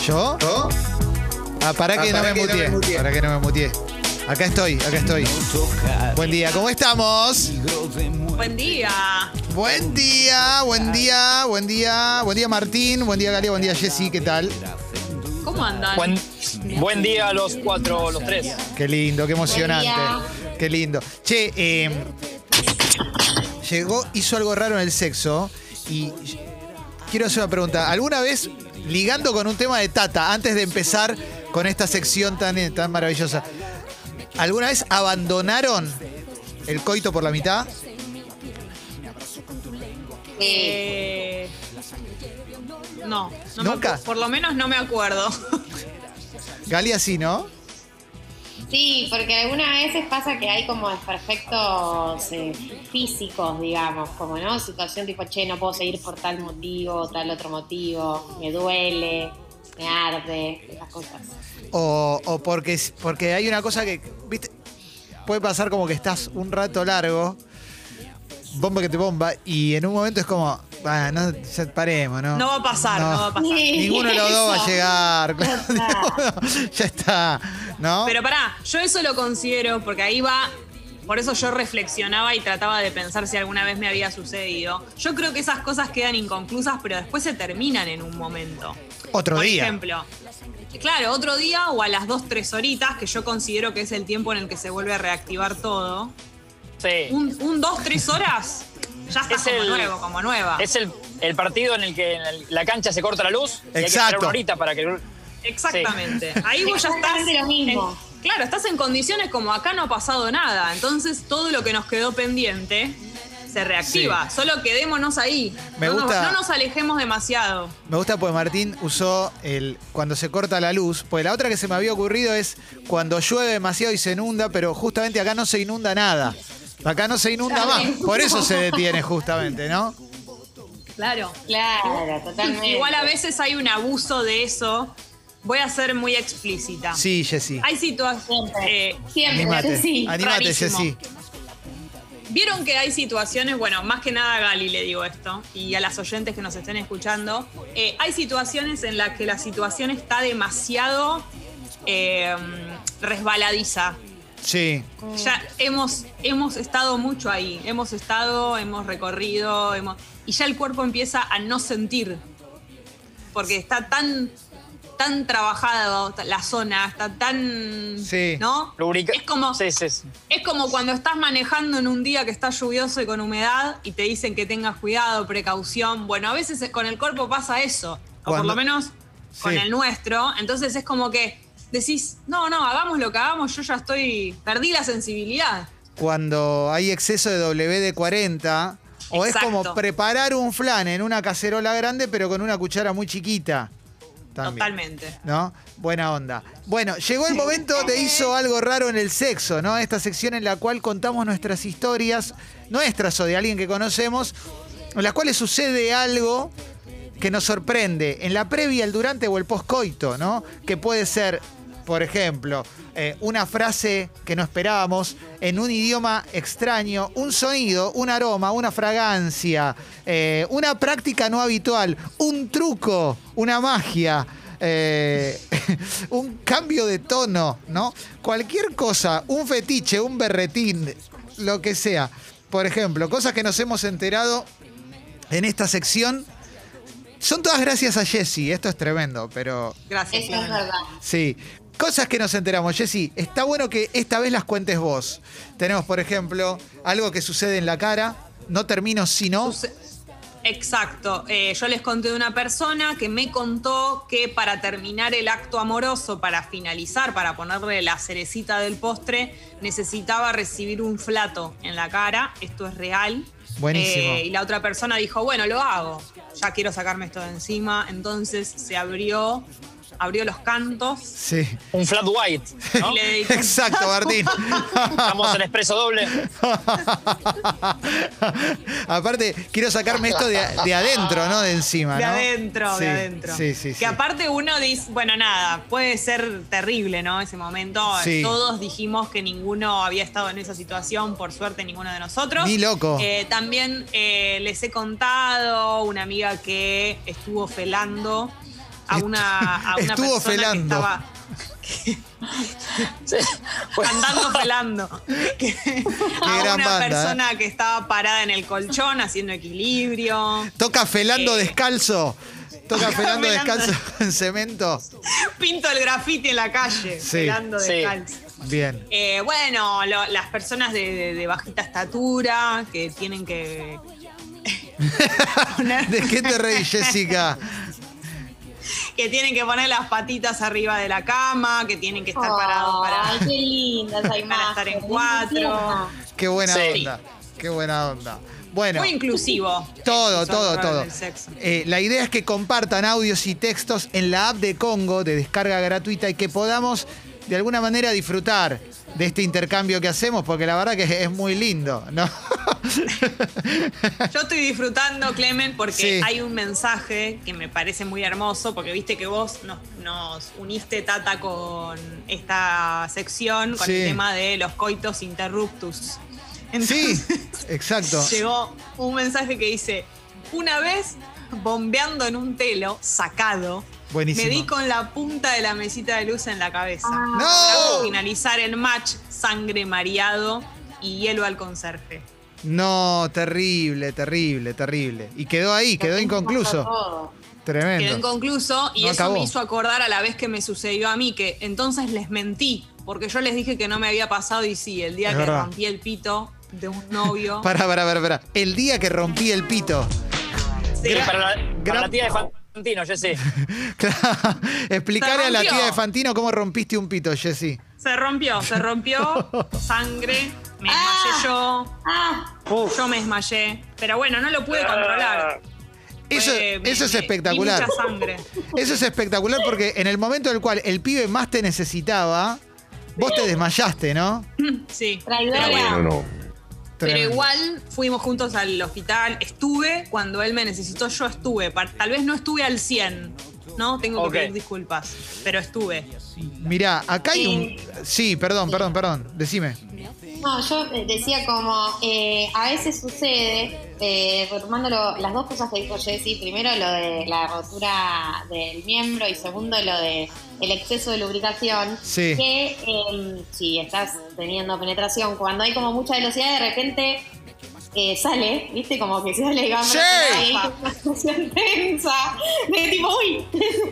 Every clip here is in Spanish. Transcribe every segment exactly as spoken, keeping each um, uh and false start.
¿Yo? ¿No? Ah, para que, Ah, no, para me que no muteé. me muteé. Para que no me muteé. Acá estoy, acá estoy. Buen día, ¿cómo estamos? Buen día. Buen día, buen día, buen día. Buen día, Martín. Buen día, Galia. Buen día, Jessy. ¿Qué tal? ¿Cómo andan? Buen, buen día a los cuatro, los tres. Qué lindo, qué emocionante. Qué lindo. Che, eh, llegó, hizo algo raro en el sexo y quiero hacer una pregunta. ¿Alguna vez, ligando con un tema de Tata, antes de empezar con esta sección tan, tan maravillosa, ¿alguna vez abandonaron el coito por la mitad? Eh, no, no ¿Nunca? Me, por lo menos no me acuerdo. Galia sí, ¿no? Sí, porque algunas veces pasa que hay como desperfectos eh, físicos, digamos, como, ¿no? Situación tipo, che, no puedo seguir por tal motivo, tal otro motivo, me duele, me arde, esas cosas. O, o porque, porque hay una cosa que, viste, puede pasar como que estás un rato largo, bomba que te bomba, y en un momento es como, ah, no, ya paremos, ¿no? No va a pasar, no, va a pasar. Ninguno de los dos va a Eso. llegar. Ya está. Ya está, ¿no? Pero pará, yo eso lo considero porque ahí va. Por eso yo reflexionaba y trataba de pensar si alguna vez me había sucedido. Yo creo que esas cosas quedan inconclusas, pero después se terminan en un momento. Otro Por día. ejemplo, claro, otro día o a las dos, tres horitas, que yo considero que es el tiempo en el que se vuelve a reactivar todo. Sí. Un, un dos, tres horas, ya está Es como el- nuevo, como nueva. Es el, el partido en el que en el- la cancha se corta la luz y hay que Exacto. esperar una horita para que el- Exactamente. Ahí vos ya estás. Exactamente lo mismo. en- claro, estás en condiciones como acá no ha pasado nada. Entonces todo lo que nos quedó pendiente se reactiva. Solo quedémonos ahí. Me no, nos- gusta- no nos alejemos demasiado. Me gusta porque Martín usó el cuando se corta la luz. Pues la otra que se me había ocurrido es cuando llueve demasiado y se inunda, pero justamente acá no se inunda nada. Acá no se inunda más. Por eso se detiene justamente, ¿no? Claro. Claro, totalmente. Igual a veces hay un abuso de eso. Voy a ser muy explícita. Sí, Jessy. Hay situaciones. Siempre. Siempre, Animate. sí. Animate, rarísimo. Jessy. Vieron que hay situaciones, bueno, más que nada a Gali le digo esto, y a las oyentes que nos estén escuchando, eh, hay situaciones en las que la situación está demasiado eh, resbaladiza. Sí. Ya hemos, hemos estado mucho ahí, hemos estado, hemos recorrido, hemos, y ya el cuerpo empieza a no sentir, porque está tan, tan trabajado la zona, está tan, Sí. ¿no? lubrica- Es como, Sí, sí, sí. es como cuando estás manejando en un día que está lluvioso y con humedad y te dicen que tengas cuidado, precaución. Bueno, a veces con el cuerpo pasa eso, o por Cuando- lo menos con Sí. el nuestro. Entonces es como que decís, no, no, hagamos lo que hagamos, yo ya estoy, perdí la sensibilidad. Cuando hay exceso de W D cuarenta, o es Exacto. como preparar un flan en una cacerola grande, pero con una cuchara muy chiquita. También, Totalmente. ¿no? Buena onda. Bueno, llegó el momento de Hizo Algo Raro en el Sexo, ¿no? Esta sección en la cual contamos nuestras historias, nuestras o de alguien que conocemos, en las cuales sucede algo que nos sorprende en la previa, el durante o el postcoito, ¿no? Que puede ser, por ejemplo, eh, una frase que no esperábamos en un idioma extraño, un sonido, un aroma, una fragancia, eh, una práctica no habitual, un truco, una magia, eh, un cambio de tono, ¿no? Cualquier cosa, un fetiche, un berretín, lo que sea. Por ejemplo, cosas que nos hemos enterado en esta sección. Son todas gracias a Jessy, esto es tremendo, pero Gracias. Eso es Ivana. verdad. sí. Cosas que nos enteramos, Jessy. Está bueno que esta vez las cuentes vos. Tenemos, por ejemplo, algo que sucede en la cara. No termino si no. Suce- Exacto. Eh, yo les conté de una persona que me contó que para terminar el acto amoroso, para finalizar, para ponerle la cerecita del postre, necesitaba recibir un flato en la cara. Esto es real. Buenísimo. Eh, y la otra persona dijo, bueno, lo hago. Ya quiero sacarme esto de encima. Entonces se abrió, abrió los cantos Sí. Un flat white, ¿no? y le dedicó un Exacto, flato. Martín. Estamos en expreso doble. Aparte, quiero sacarme esto de, de adentro, ¿no? De encima, De ¿no? adentro, Sí, de adentro. Sí, sí, sí. Que aparte uno dice, bueno, nada, puede ser terrible, ¿no? Ese momento. Sí. Todos dijimos que ninguno había estado en esa situación, por suerte ninguno de nosotros. Ni loco. Eh, también eh, les he contado una amiga que estuvo felando a una, a una Estuvo persona felando. que estaba Sí. Bueno, andando felando. Que- a gran una banda, persona que estaba parada en el colchón haciendo equilibrio. Toca felando Eh, descalzo. Toca felando felando. descalzo en cemento. Pinto el grafiti en la calle, Sí. felando Sí. descalzo. Bien. Eh, bueno, lo- las personas de, de- de bajita estatura que tienen que poner, ¿De qué te reís, Jessica? que tienen que poner las patitas arriba de la cama, que tienen que estar parados para, Ay, qué linda esa imagen. para estar en cuatro. Qué buena Sí. onda. Qué buena onda. Bueno. Muy inclusivo. Todo, Eso, todo, el todo. del sexo. Eh, la idea es que compartan audios y textos en la app de Congo de descarga gratuita y que podamos de alguna manera disfrutar de este intercambio que hacemos, porque la verdad que es muy lindo, ¿no? Yo estoy disfrutando, Clemen, porque Sí. hay un mensaje que me parece muy hermoso, porque viste que vos nos, nos uniste, Tata, con esta sección, con Sí. el tema de los coitos interruptus. Sí, exacto. Llegó un mensaje que dice, una vez bombeando en un telo sacado, Buenísimo. me di con la punta de la mesita de luz en la cabeza. ¡No! Logramos finalizar el match, sangre mareado y hielo al conserje. No, terrible, terrible, terrible. Y quedó ahí, quedó inconcluso. Todo. Tremendo. Quedó inconcluso y No eso acabó. me hizo acordar a la vez que me sucedió a mí, que entonces les mentí, porque yo les dije que no me había pasado y sí, el día Es que verdad. rompí el pito de un novio. Para, para, para, para. El día que rompí el pito. Sí. sí, para, la, gran- para la tía de Fantino, yo sé. Claro. Explicarle a la rompió. tía de Fantino cómo rompiste un pito, Jessy. Se rompió, se rompió, sangre, me desmayé yo, Ah, yo me desmayé, pero bueno, no lo pude controlar. Eso, Fue- me- eso es me- espectacular. vi mucha sangre. Eso es espectacular porque en el momento en el cual el pibe más te necesitaba, vos te desmayaste, ¿no? Sí. traidora. Bueno, no. Pero Tremendo. igual fuimos juntos al hospital, estuve cuando él me necesitó, yo estuve, Pa- tal vez no estuve al cien, ¿no? Tengo que Ok. pedir disculpas, pero estuve. Mirá, acá hay un... Sí, perdón, perdón, perdón. Decime. No, yo eh, decía como, eh, a veces sucede, eh, retomando lo- las dos cosas que dijo Jessy, primero lo de la rotura del miembro y segundo lo de el exceso de lubricación, Sí. que eh, si estás teniendo penetración, cuando hay como mucha velocidad, de repente eh, sale, ¿viste? Como que sale, digamos, Sí. y hay una situación tensa, de tipo, uy,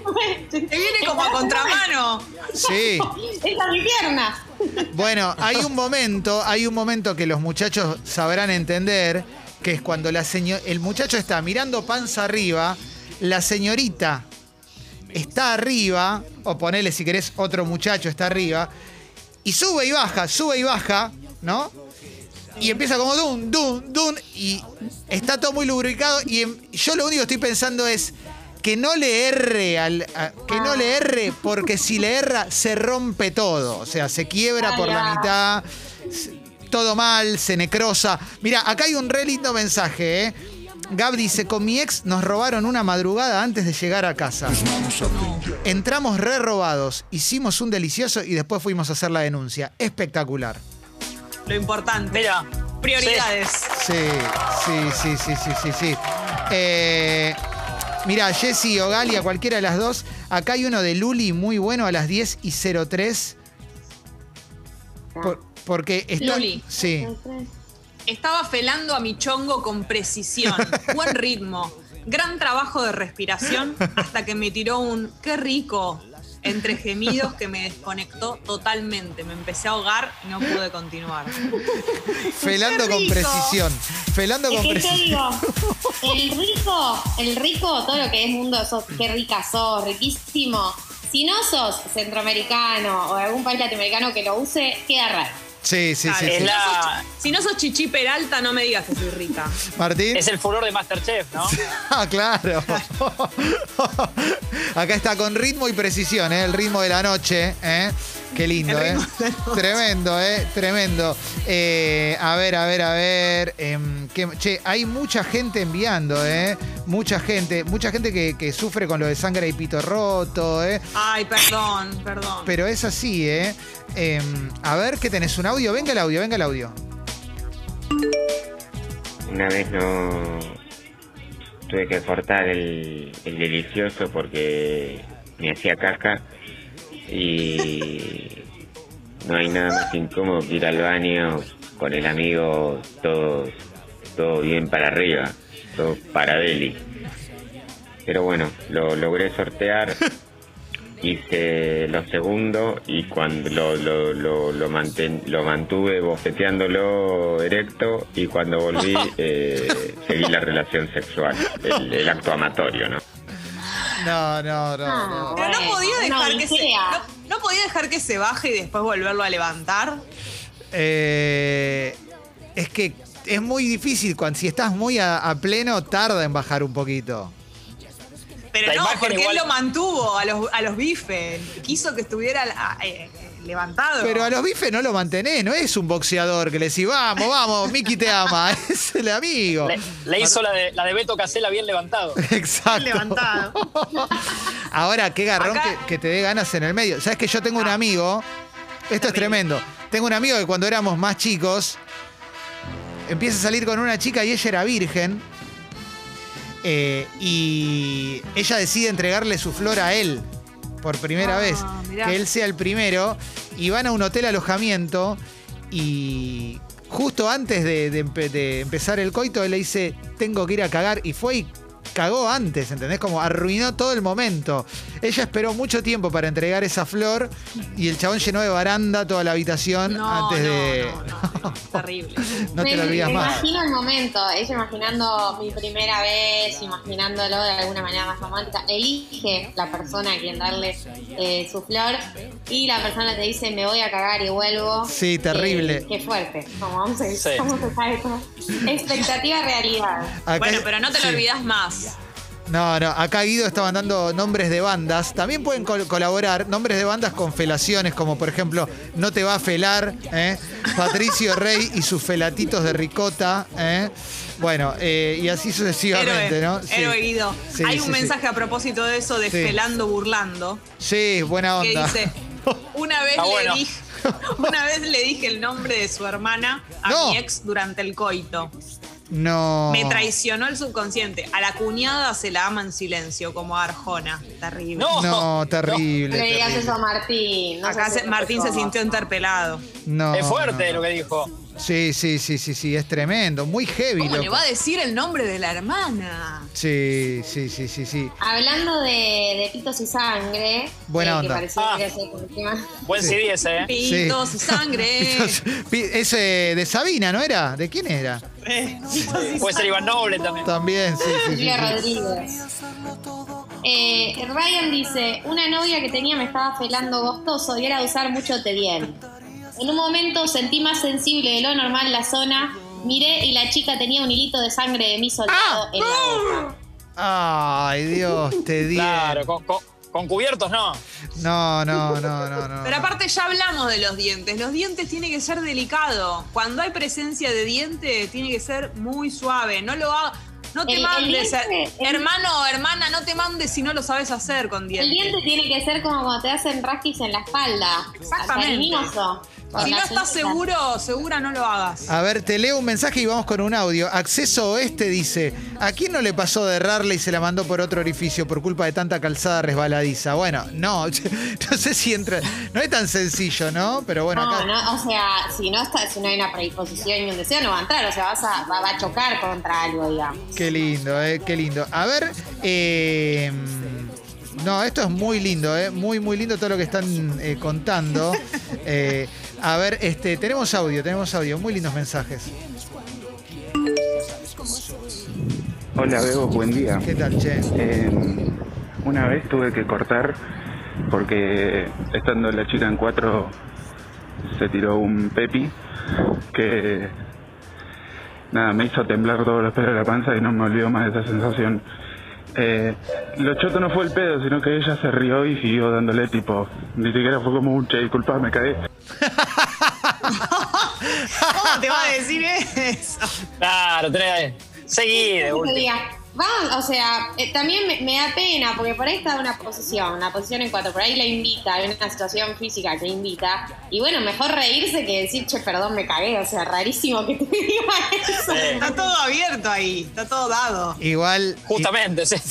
Te viene como a contramano. Sí. esa es mi pierna. Bueno, hay un momento, hay un momento que los muchachos sabrán entender, que es cuando la señor, el muchacho está mirando panza arriba, la señorita está arriba, o ponele si querés otro muchacho está arriba, y sube y baja, sube y baja, ¿no? Y empieza como dun, dun, dun, y está todo muy lubricado, y em- yo lo único que estoy pensando es que no le erre, al, a- que no le erre, porque si le erra se rompe todo, o sea, se quiebra por la mitad, se- todo mal, se necrosa. Mira, acá hay un re lindo mensaje, ¿eh? Gab dice, con mi ex nos robaron una madrugada antes de llegar a casa. Entramos re robados, hicimos un delicioso y después fuimos a hacer la denuncia. Espectacular. Lo importante. Mira. Prioridades. Sí, sí, sí, sí, sí, sí, sí. Eh, mira, Jessy o Galia, cualquiera de las dos. Acá hay uno de Luli muy bueno a las diez y cero tres. Por- porque está... Luli. Sí. Estaba felando a mi chongo con precisión, buen ritmo, gran trabajo de respiración, hasta que me tiró un qué rico entre gemidos que me desconectó totalmente. Me empecé a ahogar y no pude continuar. Felando ¡Qué con rico! precisión. Felando Es con que te precisión. digo, el rico, el rico, todo lo que es mundo, sos, qué rica sos, riquísimo. Si no sos centroamericano o algún país latinoamericano que lo use, queda raro. Sí, sí, sí, Dale, sí. Es si, no la- sos, chi- si no sos Chichi Peralta, no me digas que soy rica. Martín. Es el furor de Masterchef, ¿no? Ah, claro. Acá está con ritmo y precisión, ¿eh? El ritmo de la noche, ¿eh? Qué lindo, El ¿eh? ritmo de la noche. Tremendo, ¿eh? Tremendo. Eh, a ver, a ver, a ver. em, que- che, hay mucha gente enviando, ¿eh? Mucha gente, mucha gente que, que sufre con lo de sangre y pito roto, ¿eh? Ay, perdón, perdón. Pero es así, ¿eh? Em, a ver, ¿qué tenés? ¿Un audio? Venga el audio, venga el audio. Una vez no tuve que cortar el, el delicioso porque me hacía caca y no hay nada más incómodo que ir al baño con el amigo todo, todo bien para arriba, todo para deli. Pero bueno, lo logré sortear, hice lo segundo y cuando lo, lo, lo, lo, manten, lo mantuve bofeteándolo erecto y cuando volví eh, seguí la relación sexual, el, el acto amatorio, ¿no? No, no, no. Ah, no. Pero no Bueno, podía una dejar que se, odisea. no, no podía dejar que se baje y después volverlo a levantar. Eh, es que es muy difícil, cuando, si estás muy a, a pleno, tarda en bajar un poquito. Pero La no, imagen porque igual- él lo mantuvo a los, a los bifes. Quiso que estuviera ah, eh, eh, levantado. Pero a los bifes no lo mantenés, no es un boxeador que le decís, vamos, vamos, Miki te ama, es el amigo. Le, le hizo la de, la de Beto Casella bien levantado. Exacto. levantado. Ahora, qué garrón Acá- que, que te dé ganas en el medio. ¿Sabes que yo tengo un amigo? Esto es tremendo. Tengo un amigo que cuando éramos más chicos, empieza a salir con una chica y ella era virgen. eh, y ella decide entregarle su flor a él por primera Ah, vez. mirá. Que él sea el primero. Y van a un hotel alojamiento y justo antes de, de empe- de empezar el coito, él le dice, tengo que ir a cagar. Y fue y cagó antes, ¿entendés? Como arruinó todo el momento. Ella esperó mucho tiempo para entregar esa flor y el chabón llenó de baranda toda la habitación No, antes no, de... no, no, terrible. No te me, lo olvidas me más. imagino el momento, ella imaginando mi primera vez, imaginándolo de alguna manera más romántica. Elige la persona a quien darle eh, su flor y la persona te dice, me voy a cagar y vuelvo. Sí, terrible. Eh, qué fuerte. Como se, Sí. ¿Cómo se sabe esto? Expectativa realidad. Acá- Bueno, pero no te lo sí. olvidas más. No, no, acá Guido estaba dando nombres de bandas. También pueden col- colaborar nombres de bandas con felaciones, como por ejemplo No te va a felar, ¿eh? Patricio Rey y sus felatitos de ricota, ¿eh? Bueno, eh, y así sucesivamente, Héroe, ¿no? Sí. héroe Guido. Sí, Hay sí, un sí. mensaje a propósito de eso de Sí. felando burlando. Sí, buena Que onda. dice, una vez, Está le bueno. dije, una vez le dije el nombre de su hermana a No. mi ex durante el coito. No. Me traicionó el subconsciente. A la cuñada se la ama en silencio, como a Arjona. Terrible. No. No, terrible. No le digas terrible. eso a Martín. No Acá se se- Martín se cómo. sintió interpelado. No, Es fuerte no, lo que dijo. no. Sí, sí, sí, sí, sí, es tremendo, muy heavy. ¿Cómo le loco. va a decir el nombre de la hermana? Sí, sí, sí, sí, sí. Hablando de, de pitos y sangre. Buena eh, onda. Que parecía Ah. que iba a ser el tema. Buen Sí. C D ese, ¿eh? Pitos y sangre. Pi- Ese de Sabina, ¿no era? ¿De quién era? Eh, pitos y Puede ser Iván Noble también. También, sí, sí, sí. Julia sí. Rodríguez. Eh, Ryan dice, una novia que tenía me estaba felando gostoso y era de usar mucho Tediel. En un momento sentí más sensible de lo normal la zona, miré y la chica tenía un hilito de sangre de mi soldado en la boca. Ay, Dios, te di. Claro, con, con- con cubiertos no. No, no, no, no, no. Pero aparte ya hablamos de los dientes. Los dientes tienen que ser delicados. Cuando hay presencia de diente, tiene que ser muy suave. No lo haga, no te El- el mandes. diente- el- hermano o hermana, no te mandes si no lo sabes hacer con El dientes. diente tiene que ser como cuando te hacen rasquis en la espalda. Exactamente. Cariñoso. Con Si no las estás uñitas. seguro, segura no lo hagas. A ver, te leo un mensaje y vamos con un audio. Acceso Oeste dice, ¿a quién no le pasó de errarle y se la mandó por otro orificio por culpa de tanta calzada resbaladiza? Bueno, no, no sé si entra, no es tan sencillo, ¿no? Pero bueno, No, acá... no, o sea, si no está, si no hay una predisposición y un deseo, no va a entrar, o sea, vas a, va, va a chocar contra algo, digamos. Qué lindo, eh, qué lindo. A ver, eh, no, esto es muy lindo, eh, muy, muy lindo todo lo que están eh, contando. Eh, a ver, este, tenemos audio, tenemos audio, muy lindos mensajes. Hola, Bebo, buen día. ¿Qué tal, che? Eh, una vez tuve que cortar porque estando la chica en cuatro se tiró un pepi que nada, me hizo temblar todos los pelos de la panza y no me olvido más de esa sensación. Eh, lo choto no fue el pedo, sino que ella se rió y siguió dándole tipo, ni siquiera fue como un che, disculpa, me caí. ¿Cómo te va a decir eso? Claro, tenés. Seguí de Ese última. día. Va, o sea, eh, también me, me da pena, porque por ahí está una posición, una posición en cuatro, por ahí la invita, hay una situación física que invita, y bueno, mejor reírse que decir, che, perdón, me cagué, o sea, rarísimo que te diga eso. Sí. Está todo abierto ahí, está todo dado. Igual. Justamente, sí.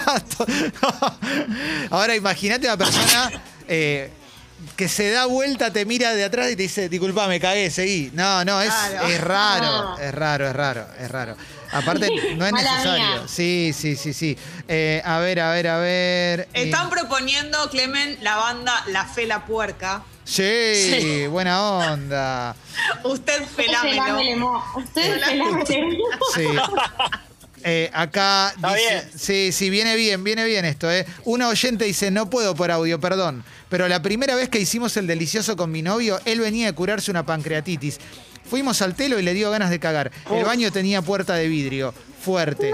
Ahora imagínate una persona eh, que se da vuelta, te mira de atrás y te dice, disculpa, me cagué, seguí. No, no, es, Claro. es raro, No. es raro, es raro, es raro. Aparte, no es Mala necesario. mía. Sí, sí, sí, sí. Eh, a ver, a ver, a ver. eh, Están proponiendo, Clemen, la banda La Fe la Puerca. Sí, Sí. buena onda. Usted Usted felámelo. felámele, mo. Usted felámele. Sí. Eh, acá Está dice, bien. sí, sí, viene bien, viene bien esto, ¿eh? Una oyente dice, no puedo por audio, perdón, pero la primera vez que hicimos el delicioso con mi novio, él venía de curarse una pancreatitis. Fuimos al telo y le dio ganas de cagar. El baño tenía puerta de vidrio, fuerte.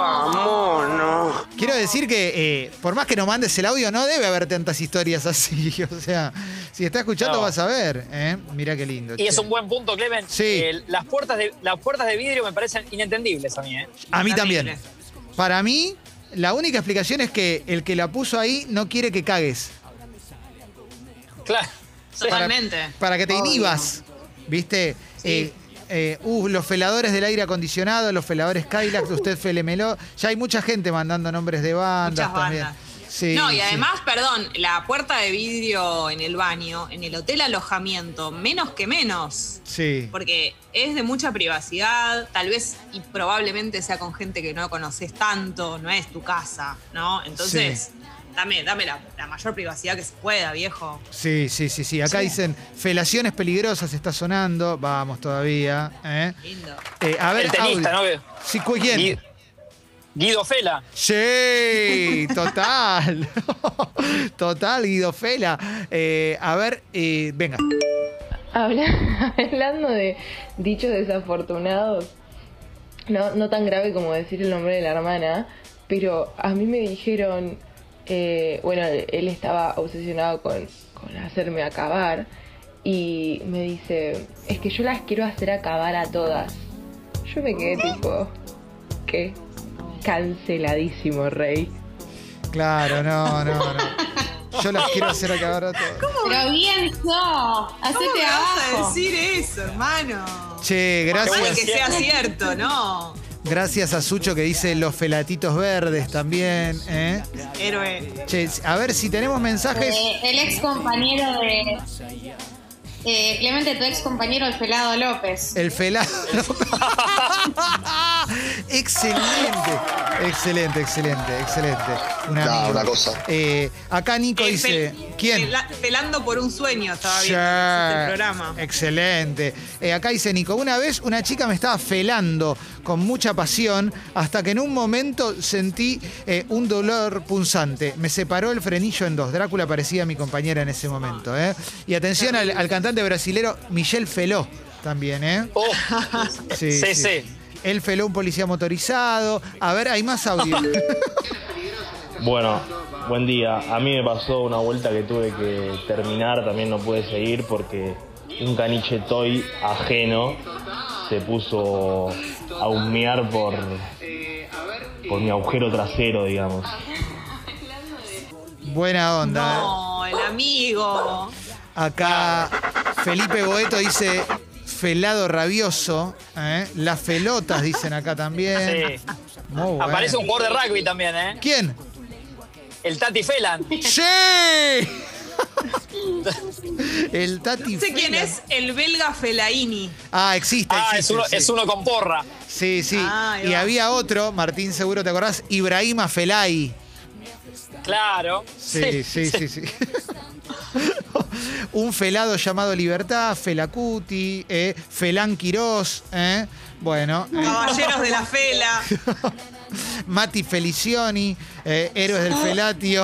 Quiero decir que, eh, por más que no mandes el audio, no debe haber tantas historias así. O sea, si está escuchando No. vas a ver, ¿eh? Mirá qué lindo. Y es che. un buen punto, Clemen. Sí. Eh, las, puertas de, las puertas de vidrio me parecen inentendibles a mí, ¿eh? A mí también. Terrible. Para mí, la única explicación es que el que la puso ahí no quiere que cagues. Claro. Sí. Totalmente. Para que te inhibas, ¿viste? Eh, eh, uh, los feladores del aire acondicionado, los feladores Kylax, usted felemelo. Ya hay mucha gente mandando nombres de bandas Muchas también. bandas. Sí, no, y sí. además, perdón, la puerta de vidrio en el baño, en el hotel alojamiento, menos que menos. Sí. Porque es de mucha privacidad, tal vez y probablemente sea con gente que no conoces tanto, no es tu casa, ¿no? Entonces, dame, dame la, la mayor privacidad que se pueda, viejo. Sí, sí, sí, sí. Acá Sí. dicen, felaciones peligrosas está sonando. Vamos todavía. ¿eh? Lindo. Eh, a ver, El tenista, audio. ¿no? Sí, ¿cu- ¿quién? Gui- Guido Fela. Sí, total. Total, Guido Fela. Eh, a ver, eh, venga. Habla- hablando de dichos desafortunados, no, no tan grave como decir el nombre de la hermana, pero a mí me dijeron, eh, bueno, él estaba obsesionado con, con hacerme acabar y me dice, es que yo las quiero hacer acabar a todas. Yo me quedé tipo, ¿qué? Canceladísimo, rey. Claro, no, no, no. Yo las quiero hacer acabar a todas. Pero bien, so. ¿Cómo Hacete me vas a abajo. decir eso, hermano? Che, Mal gracias. que sea cierto, ¿no? Gracias a Sucho que dice los felatitos verdes también. ¿eh? Héroe. Che, a ver si tenemos mensajes. Eh, el ex compañero de. Eh, Clemente, tu ex compañero, el Pelado López. El felado. Excelente, excelente, excelente, excelente. Un No, amigo. una cosa. Eh, acá Nico Eh, dice, pel- ¿quién? pela- pelando por un sueño estaba Sí, viendo el programa. excelente. Eh, acá dice Nico, una vez una chica me estaba felando con mucha pasión hasta que en un momento sentí eh, un dolor punzante. Me separó el frenillo en dos. Drácula parecía mi compañera en ese momento. ¿eh? Y atención al, al cantante brasilero Michel Feló también. ¿eh? Oh, Sí, sí, sí. Él feló un policía motorizado. A ver, hay más audio. Bueno, buen día. A mí me pasó una vuelta que tuve que terminar, también no pude seguir porque un caniche toy ajeno se puso a humear por, por mi agujero trasero, digamos. Buena onda. ¿eh? No, el amigo. Acá Felipe Boeto dice felado rabioso. ¿eh? Las felotas dicen acá también. Sí. Muy bueno. Aparece un jugador de rugby también, ¿eh? ¿Quién? El Tati Felan. ¡Sí! El Tati No sé quién Felan. es el belga Felaini. Ah, existe. Ah, es existe, uno, sí. es uno con porra. Sí, sí. Ah, ahí y va. había otro, Martín, seguro te acordás, Ibrahima Felay. Claro. Sí, sí, sí, sí. Un felado llamado Libertad, Felacuti, eh, Felán Quirós, eh. Bueno, eh, Caballeros de la Fela. Mati Felicioni, eh, Héroes del Felatio.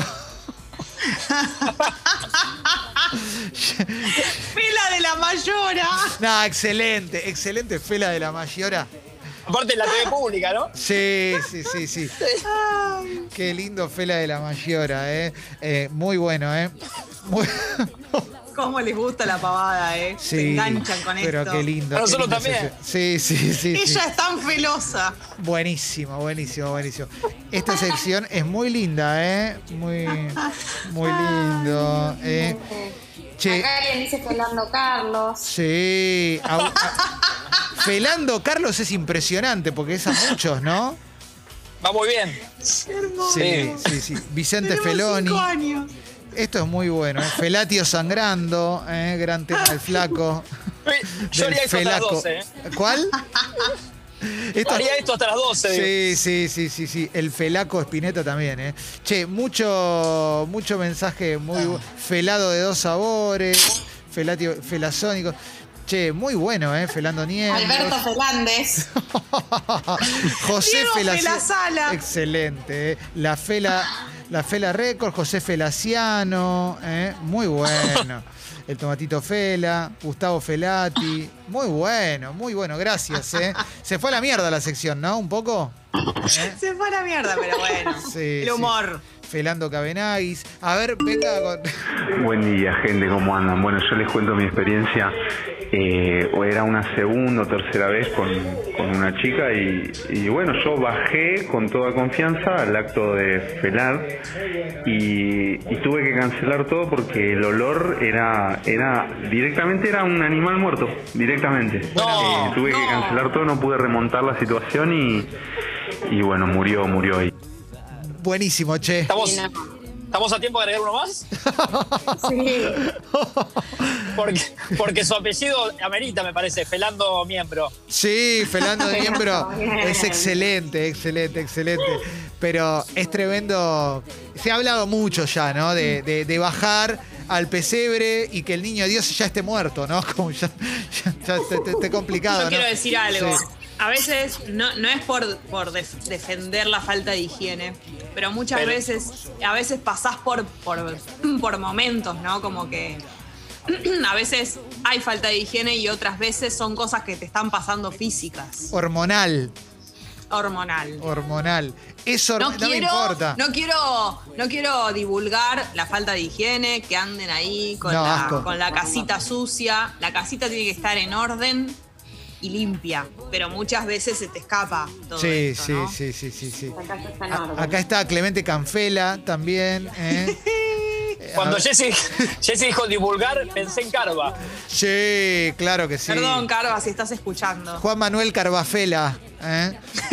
Fela de la Mayora. No, excelente, excelente Fela de la Mayora. Aparte en la T V pública, ¿no? Sí, sí, sí, sí. Qué lindo Fela de la Mayora, ¿eh? Eh, muy bueno, ¿eh? Muy... Cómo les gusta la pavada, ¿eh? Sí, Se enganchan con pero esto. qué lindo. A qué nosotros linda también. sección. Sí, sí, sí. Ella sí. es tan felosa. Buenísimo, buenísimo, buenísimo. Esta sección es muy linda, ¿eh? Muy, muy lindo. ¿eh? Che, Acá alguien dice Felando Carlos. sí. Au- a- Felando Carlos es impresionante porque es a muchos, ¿no? Va muy bien. Sí, Sí. sí, sí. Vicente Tenemos Feloni. cinco años. Esto es muy bueno, ¿eh? Felatio sangrando, ¿eh? Gran tema del flaco. Yo Del haría esto hasta las doce, ¿eh? ¿Cuál? Esto- Haría esto hasta las doce. Sí, sí, sí, sí, sí. El felaco Spinetta también, ¿eh? Che, mucho, mucho mensaje muy bu- felado de dos sabores, felatio, felasónico. Che, muy bueno, ¿eh? Felando Nieves. Alberto Felández. José Diego Felaci- Felasala. Excelente, ¿eh? La Fela, la Fela Record, José Felaciano, ¿eh? Muy bueno. El Tomatito Fela, Gustavo Felati. Muy bueno, muy bueno, gracias, ¿eh? Se fue a la mierda la sección, ¿no? Un poco. ¿Eh? Se fue a la mierda, pero bueno. Sí, el humor. sí. Felando Cabenagis. A ver, venga con... Buen día, gente, ¿cómo andan? Bueno, yo les cuento mi experiencia. Eh, o era una segunda o tercera vez con, con una chica y, y bueno, yo bajé con toda confianza al acto de felar y, y tuve que cancelar todo porque el olor era, era directamente era un animal muerto, directamente. No, Eh, tuve no. que cancelar todo, no pude remontar la situación y, y bueno, murió, murió ahí. Buenísimo, che. ¿Estamos, Sí, no. ¿Estamos a tiempo de agregar uno más? Sí. Porque, porque su apellido amerita, me parece, Felando Miembro. Sí, Felando de Miembro Bien. es excelente, excelente, excelente. Pero es tremendo. Se ha hablado mucho ya, ¿no? De, de- de bajar al pesebre y que el niño Dios ya esté muerto, ¿no? Como ya, ya, ya te, te- te complicado, Yo ¿no? quiero decir algo. Sí. A veces no, no es por, por def- defender la falta de higiene, pero muchas Pero- veces, a veces pasás por, por, por momentos, ¿no? Como que a veces hay falta de higiene y otras veces son cosas que te están pasando físicas, Hormonal, hormonal. hormonal. Eso No no, me quiero, importa. no quiero, no quiero divulgar la falta de higiene, que anden ahí con, No, la, asco. con la casita sucia. La casita tiene que estar en orden y limpia, pero muchas veces se te escapa todo Sí, esto, sí, ¿no? sí, sí, sí, sí. Acá está en A- orden. acá está Clemente Canfela también. ¿eh? Cuando A ver. Jessy, Jessy dijo divulgar, pensé en Carva. Sí, claro que sí. Perdón, Carva, si estás escuchando. Juan Manuel Carvafela. ¿eh?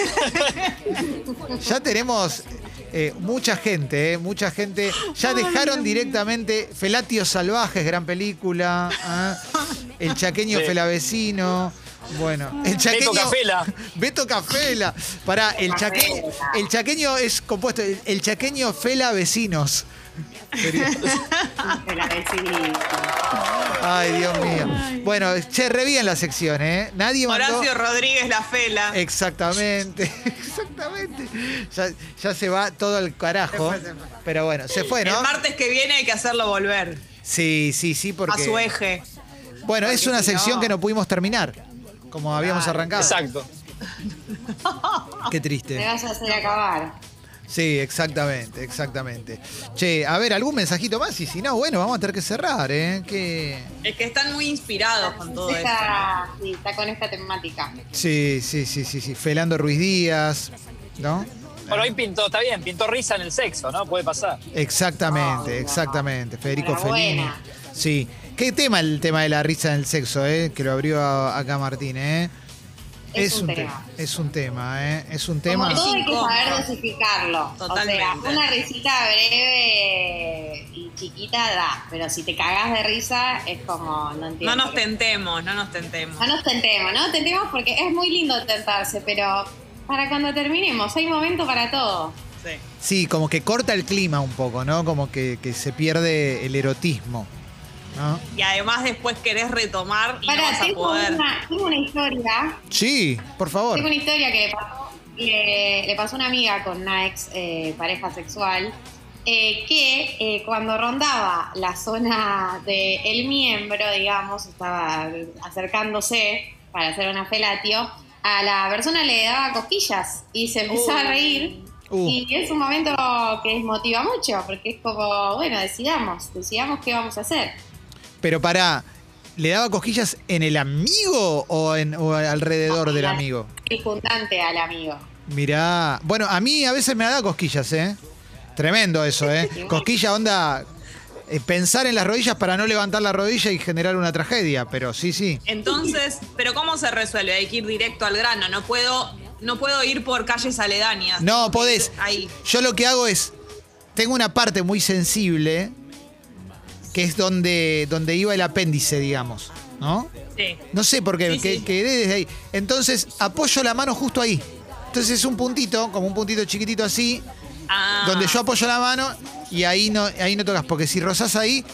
Ya tenemos eh, mucha gente, ¿eh? Mucha gente. Ya dejaron directamente Felatios Salvajes, gran película. ¿eh? El chaqueño Sí. Felavecino. Bueno, el chaqueño. Beto Cafela. Beto Cafela. Pará, el chaqueño, el chaqueño es compuesto. El, el chaqueño Fela Vecinos. Sería- De la vecinita. Ay, Dios mío. Bueno, che, re bien la sección, ¿eh? Nadie mandó. Horacio Rodríguez La Fela. Exactamente, exactamente. Ya, ya se va todo al carajo. Se fue, se fue. Pero bueno, se fue, El ¿no? martes que viene hay que hacerlo volver Sí, sí, sí, porque. a su eje. Bueno, es porque una si sección no- que no pudimos terminar, como habíamos Claro. arrancado. Exacto. Qué Te triste. vas a hacer acabar. Sí, exactamente, exactamente. Che, a ver, algún mensajito más y si no, bueno, vamos a tener que cerrar, ¿eh? Que... Es que están muy inspirados con todo esto. Está, sí, está con esta temática. Sí, sí, sí, sí, sí. Felando Ruiz Díaz, ¿no? Bueno, hoy pintó, está bien, pintó risa en el sexo, ¿no? Puede pasar. Exactamente, Oh, no. exactamente. Federico Pero Fellini. buena. Sí. ¿Qué tema el tema de la risa en el sexo, eh? Que lo abrió a- acá Martín, ¿eh? Es un te- tema. es un tema, ¿eh? Es un Como tema. todo hay que incómodo. saber dosificarlo. Totalmente. O sea, una risita breve y chiquita da, pero si te cagas de risa es como, no entiendo. No nos tentemos, no nos tentemos. No nos tentemos, no nos tentemos porque es muy lindo tentarse, pero para cuando terminemos hay momento para todo. Sí. Sí, como que corta el clima un poco, ¿no? Como que, que se pierde el erotismo, ¿no? Y además después querés retomar y no Para, vas a tengo poder. una, tengo una historia. Sí, por favor. Tengo una historia que le pasó, le, le pasó a una amiga con una ex eh, pareja sexual eh, que eh, cuando rondaba la zona del miembro, digamos, estaba acercándose para hacer una felatio, a la persona le daba cosquillas y se empezó Uh. a reír. Uh. Y es un momento que desmotiva mucho, porque es como, bueno, decidamos, decidamos qué vamos a hacer. Pero pará, ¿le daba cosquillas en el amigo o, en, o alrededor del amigo? Circundante al amigo. Mirá, bueno, a mí a veces me da cosquillas, ¿eh? Tremendo eso, ¿eh? Cosquilla, onda, eh, pensar en las rodillas para no levantar la rodilla y generar una tragedia, pero sí, sí. Entonces, ¿pero cómo se resuelve? Hay que ir directo al grano, no puedo, no puedo ir por calles aledañas. No, podés. Ahí. Yo lo que hago es, tengo una parte muy sensible, que es donde, donde iba el apéndice, digamos, ¿no? Sí. No sé por qué, Sí, que, sí. quedé desde ahí. Entonces, apoyo la mano justo ahí. Entonces es un puntito, como un puntito chiquitito así, Ah. donde yo apoyo la mano y ahí no, ahí no tocas, porque si rozás ahí,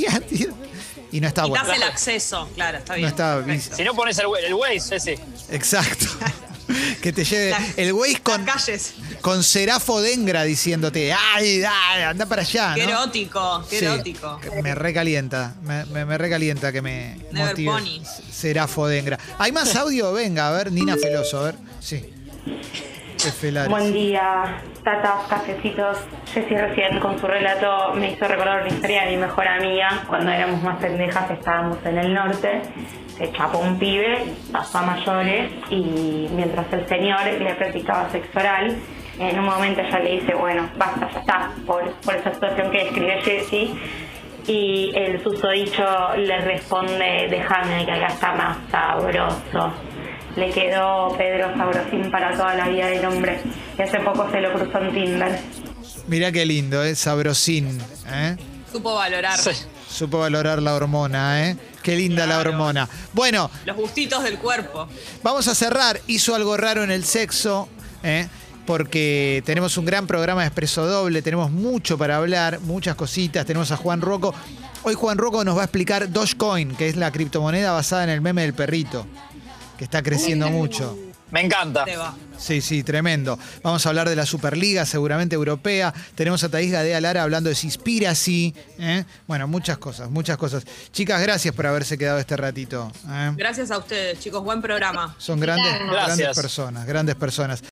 y no está bueno. Quitas el acceso, claro, está bien. No está Si no pones el, el Waze ese. Exacto. Que te lleve La- el Waze con, Las calles. con Serafo Dengra diciéndote, ay, ay, anda para allá, Qué ¿no? erótico, qué Sí, erótico. me recalienta, me, me, me recalienta que me Never motive. Pony. Serafo Dengra. ¿Hay más audio? Venga, a ver, Nina Feloso, a ver. Sí. Felares. Buen día, tatas, cafecitos. Jessy recién con su relato me hizo recordar una historia de mi mejor amiga. Cuando éramos más pendejas estábamos en el norte, se chapó un pibe, pasó a mayores y mientras el señor le practicaba sexo oral, en un momento ella le dice, bueno, basta, ya está, por, por esa situación que describe Jessy. Y el susodicho le responde, déjame que acá está más sabroso. Le quedó Pedro Sabrosín para toda la vida del hombre. Y hace poco se lo cruzó en Tinder. Mirá qué lindo, ¿eh? Sabrosín, ¿eh? Supo valorar Sí. Supo valorar la hormona, ¿eh? Qué linda la hormona. Bueno, los gustitos del cuerpo. vamos a cerrar. Hizo algo raro en el sexo, ¿eh? Porque tenemos un gran programa de Expreso Doble, tenemos mucho para hablar, muchas cositas. Tenemos a Juan Rocco. Hoy Juan Rocco nos va a explicar Dogecoin, que es la criptomoneda basada en el meme del perrito, que está creciendo mucho. Me encanta. Te va. Sí, sí, tremendo. Vamos a hablar de la Superliga, seguramente europea. Tenemos a Thaís Gadea Lara hablando de Seaspiracy. ¿eh? Bueno, muchas cosas, muchas cosas. Chicas, gracias por haberse quedado este ratito. ¿eh? Gracias a ustedes, chicos. Buen programa. Son grandes, Gracias. grandes personas, grandes personas.